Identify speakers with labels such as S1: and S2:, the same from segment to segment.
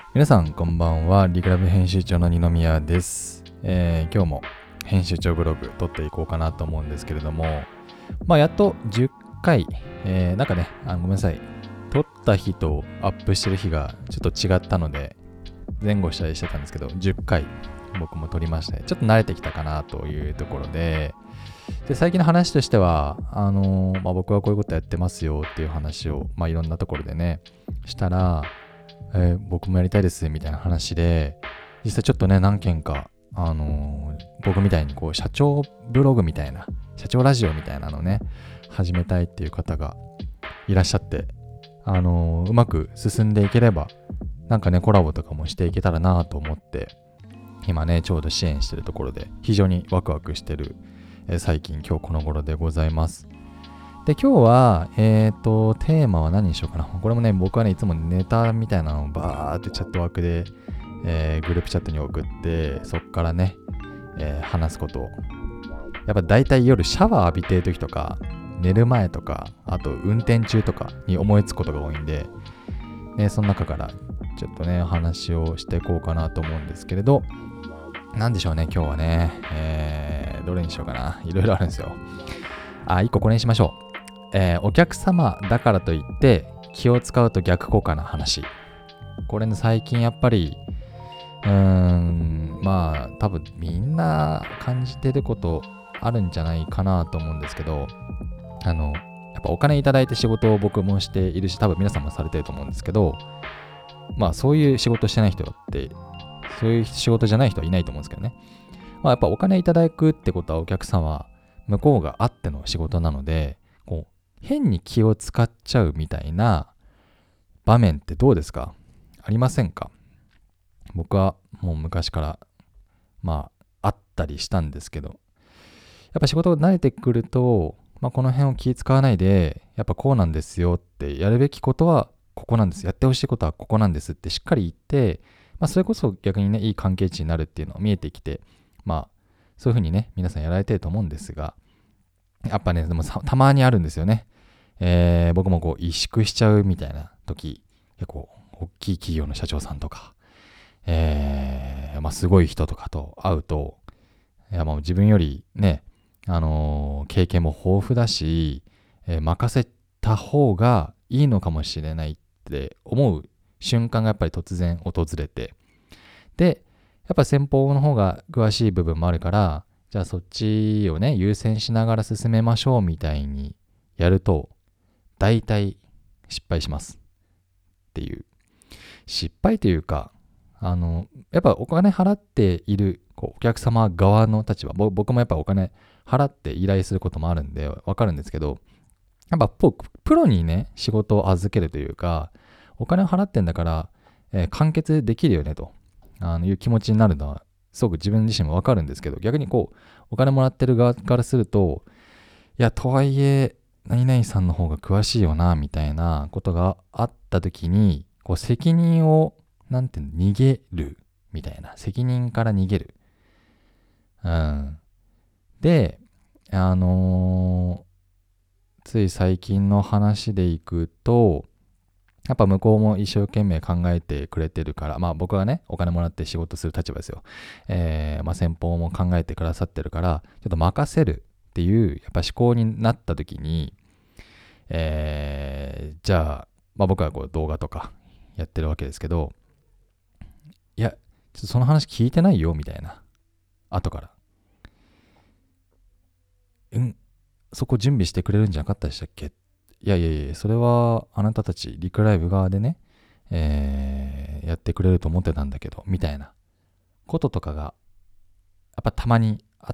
S1: 皆さんこんばんは。リクラブ編集長の二宮です。今日も編集長ブログ撮っていこうかなと思うんですけれども、やっと10回、なんかね、ごめんなさい。撮った日とアップしてる日がちょっと違ったので、前後したりしてたんですけど、10回僕も撮りまして、ちょっと慣れてきたかなというところで、最近の話としては、僕はこういうことやってますよっていう話を、いろんなところでね、したら、僕もやりたいですみたいな話で、実際ちょっとね、何件か、僕みたいにこう、社長ブログみたいな、社長ラジオみたいなのね、始めたいっていう方がいらっしゃって、うまく進んでいければ、なんかね、コラボとかもしていけたらなと思って、今ね、ちょうど支援してるところで、非常にワクワクしてる、最近、今日この頃でございます。で、今日は、テーマは何にしようかな。これもね、僕はね、いつもネタみたいなのをバーってチャットワークで、グループチャットに送って、そっからね、話すことを。やっぱ大体夜シャワー浴びてる時とか、寝る前とか、あと運転中とかに思いつくことが多いんで、ね、その中からちょっとね、お話をしていこうかなと思うんですけれど、なんでしょうね、今日はね、どれにしようかな。いろいろあるんですよ。一個これにしましょう。お客様だからといって気を使うと逆効果な話。これね、最近やっぱり多分みんな感じてることあるんじゃないかなと思うんですけど、やっぱお金いただいて仕事を僕もしているし、多分皆さんもされてると思うんですけど、そういう仕事してない人ってそういう仕事じゃない人はいないと思うんですけどね。やっぱお金いただくってことはお客さんは向こうがあっての仕事なので、こう変に気を使っちゃうみたいな場面ってどうですか？ありませんか？僕はもう昔からあったりしたんですけど、やっぱ仕事慣れてくると、この辺を気使わないで、やっぱこうなんですよって、やるべきことはここなんです、やってほしいことはここなんですってしっかり言って、それこそ逆にね、いい関係値になるっていうのが見えてきて、そういうふうにね、皆さんやられてると思うんですが、やっぱね、でもたまにあるんですよね。僕もこう萎縮しちゃうみたいな時、結構大きい企業の社長さんとか、すごい人とかと会うと、もう自分よりね、経験も豊富だし、任せた方がいいのかもしれないって思う瞬間がやっぱり突然訪れて、で、やっぱ先方の方が詳しい部分もあるから、じゃあそっちをね、優先しながら進めましょうみたいにやると、大体失敗しますっていう。失敗というか、やっぱお金払っているお客様側の立場、僕もやっぱお金払って依頼することもあるんでわかるんですけど、やっぱプロにね、仕事を預けるというか、お金を払ってんだから、完結できるよねという気持ちになるのは、すごく自分自身もわかるんですけど、逆にお金もらってる側からすると、いや、とはいえ、何々さんの方が詳しいよな、みたいなことがあった時に、責任を、逃げる、みたいな。責任から逃げる。うん。で、つい最近の話でいくと、やっぱ向こうも一生懸命考えてくれてるから、僕はね、お金もらって仕事する立場ですよ。先方も考えてくださってるから、ちょっと任せるっていう、やっぱ思考になった時に、じゃあ、僕は動画とかやってるわけですけど、いや、ちょっとその話聞いてないよ、みたいな。後から。そこ準備してくれるんじゃなかったでしたっけ？いやいやいや、それはあなたたちリクライブ側でね、やってくれると思ってたんだけど、みたいなこととかが、やっぱたまにあって、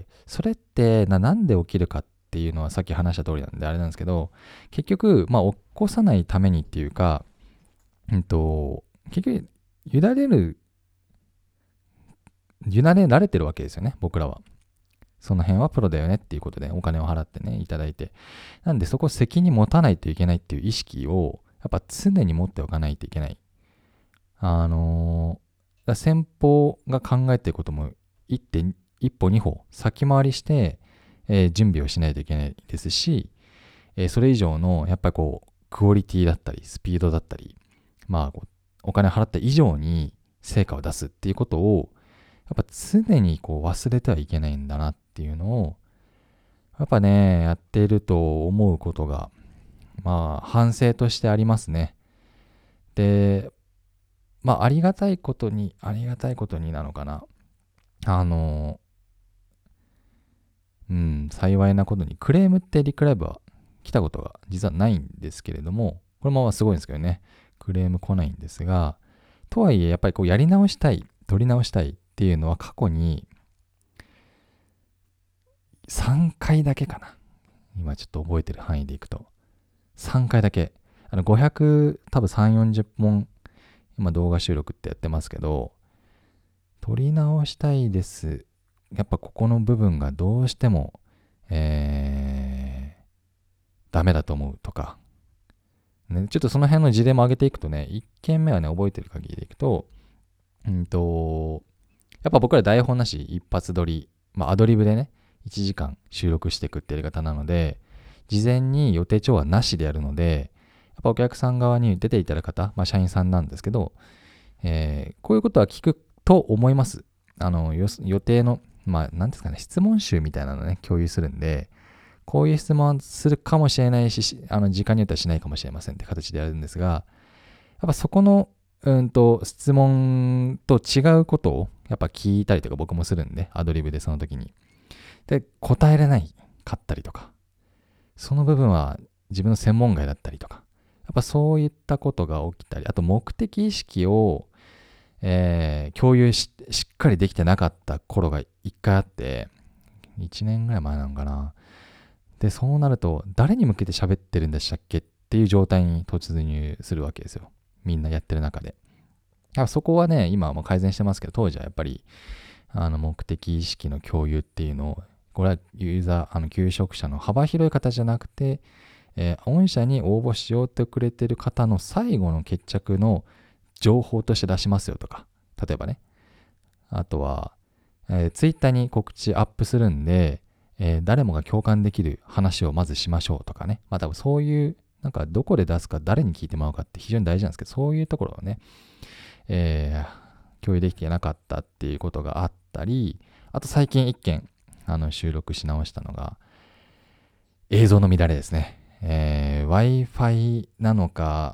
S1: それってなんで起きるかっていうのはさっき話した通りなんであれなんですけど、結局、起こさないためにっていうか、結局、委ねられてるわけですよね、僕らは。その辺はプロだよねっていうことでお金を払ってね、いただいて。なんでそこ責任持たないといけないっていう意識を、やっぱ常に持っておかないといけない。先方が考えていることも一歩二歩先回りして、準備をしないといけないですし、それ以上のやっぱりクオリティだったりスピードだったり、 お金払った以上に成果を出すっていうことを、やっぱ常にこう忘れてはいけないんだなっていうのを、やっぱね、やっていると思うことが、反省としてありますね。で、ありがたいことになのかな。幸いなことに、クレームってリクライブは来たことが実はないんですけれども、これもすごいんですけどね、クレーム来ないんですが、とはいえ、やっぱりこうやり直したい、取り直したいっていうのは過去に3回だけかな。今ちょっと覚えてる範囲でいくと。3回だけ。500、多分3、40本、今動画収録ってやってますけど、取り直したいです。やっぱここの部分がどうしても、ダメだと思うとか、ね、ちょっとその辺の事例も上げていくとね、1件目はね、覚えてる限りでいくと、やっぱ僕ら台本なし一発撮り、アドリブでね、1時間収録していくってやり方なので、事前に予定調和なしでやるので、やっぱお客さん側に出ていただく方、社員さんなんですけど、こういうことは聞くと思います。予定の、なんですかね、質問集みたいなのね、共有するんで、こういう質問するかもしれないし、時間によってはしないかもしれませんって形でやるんですが、やっぱそこの、質問と違うことをやっぱ聞いたりとか僕もするんで、アドリブでその時に。で、答えれないかったりとか、その部分は自分の専門外だったりとか、やっぱそういったことが起きたり、あと目的意識を、共有 しっかりできてなかった頃が一回あって、1年ぐらい前なのかな。で、そうなると、誰に向けて喋ってるんでしたっけっていう状態に突入するわけですよ。みんなやってる中で。そこはね、今はもう改善してますけど、当時はやっぱり、目的意識の共有っていうのを、これはユーザー、求職者の幅広い方じゃなくて、御社に応募しようとくれてる方の最後の決着の情報として出しますよとか、例えばね。あとは、ツイッターに告知アップするんで、誰もが共感できる話をまずしましょうとかね。多分そういう、どこで出すか、誰に聞いてもらうかって非常に大事なんですけど、そういうところをね、共有できてなかったっていうことがあったり、あと最近一件、収録し直したのが、映像の乱れですね。Wi-Fi なのか、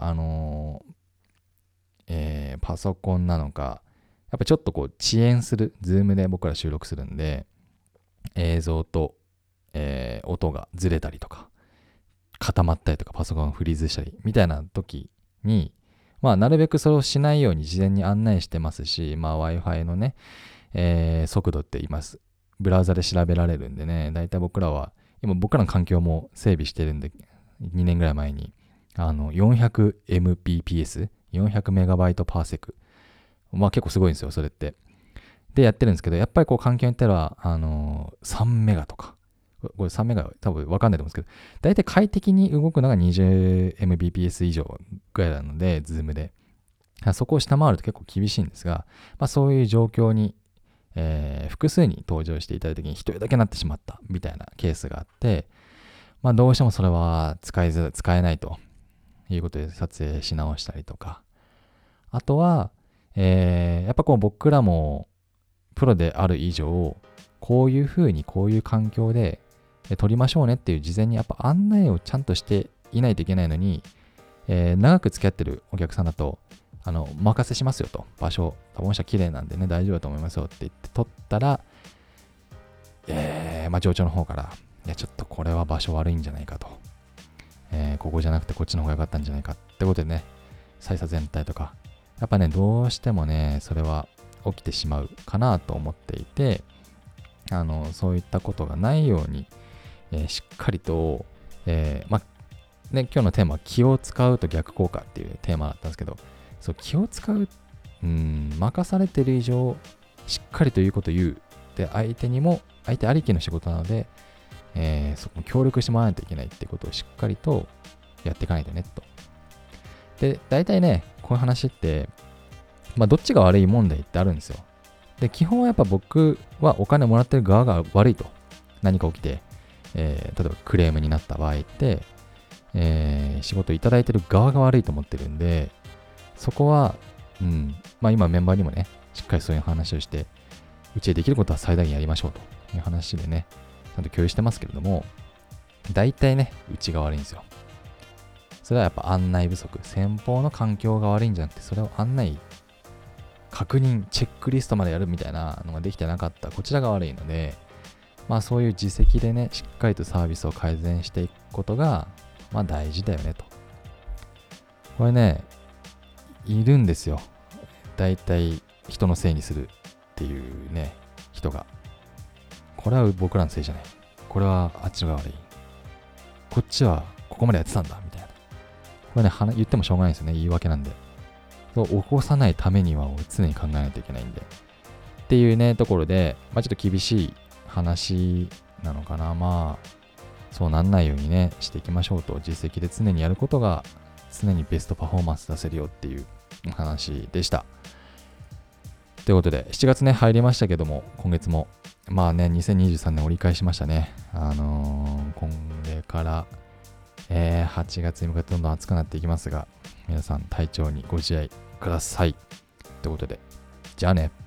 S1: パソコンなのか、やっぱちょっとこう遅延する、ズームで僕ら収録するんで、映像と、音がずれたりとか、固まったりとか、パソコンがフリーズしたり、みたいな時に、なるべくそれをしないように事前に案内してますし、Wi-Fi のね、速度って言います。ブラウザで調べられるんでね、だいたい僕らは、今僕らの環境も整備してるんで、2年ぐらい前に、400Mbps、400MB パーセク。結構すごいんですよ、それって。で、やってるんですけど、やっぱりこう環境によっては、3メガとか、これ3メガ多分分かんないと思うんですけど、大体快適に動くのが 20Mbps 以上ぐらいなので、ズームで。そこを下回ると結構厳しいんですが、そういう状況に、複数に登場していただいた時に1人だけなってしまったみたいなケースがあって、どうしてもそれは使えないということで撮影し直したりとか、あとは、やっぱこう僕らもプロである以上、こういうふうにこういう環境で撮りましょうねっていう事前にやっぱ案内をちゃんとしていないといけないのに、長く付き合ってるお客さんだと、お任せしますよと、場所、御社綺麗なんでね、大丈夫だと思いますよって言って撮ったら、上長の方から、いや、ちょっとこれは場所悪いんじゃないかと。ここじゃなくてこっちの方が良かったんじゃないかってことでね、採査全体とか、やっぱね、どうしてもね、それは起きてしまうかなと思っていて、そういったことがないように、しっかりと、今日のテーマは気を使うと逆効果っていうテーマだったんですけど、そう気を使う、任されてる以上、しっかりということを言う。で、相手ありきの仕事なので、そこ協力してもらわないといけないってことをしっかりとやっていかないとね、と。で、大体ね、こういう話って、どっちが悪い問題ってあるんですよ。で、基本はやっぱ僕はお金もらってる側が悪いと。何か起きて、例えばクレームになった場合って、仕事いただいてる側が悪いと思ってるんで、そこは今メンバーにもね、しっかりそういう話をして、うちでできることは最大限やりましょうという話でね、ちゃんと共有してますけれども、大体ね、うちが悪いんですよ。それはやっぱ案内不足。先方の環境が悪いんじゃなくて、それを案内、確認、チェックリストまでやるみたいなのができてなかった、こちらが悪いので、そういう実績でね、しっかりとサービスを改善していくことが、大事だよねと。これね、いるんですよ。大体人のせいにするっていうね、人が。これは僕らのせいじゃない。これはあっちが悪い。こっちはここまでやってたんだ、みたいな。これね、言ってもしょうがないですよね。言い訳なんで。そう起こさないためには常に考えないといけないんで。っていうね、ところで、ちょっと厳しい話なのかな。そうなんないようにね、していきましょうと。実績で常にやることが、常にベストパフォーマンス出せるよっていう話でした。ということで、7月ね、入りましたけども、今月も、2023年折り返しましたね。これから、8月に向かってどんどん暑くなっていきますが、皆さん体調にご自愛ください。ということで、じゃあね。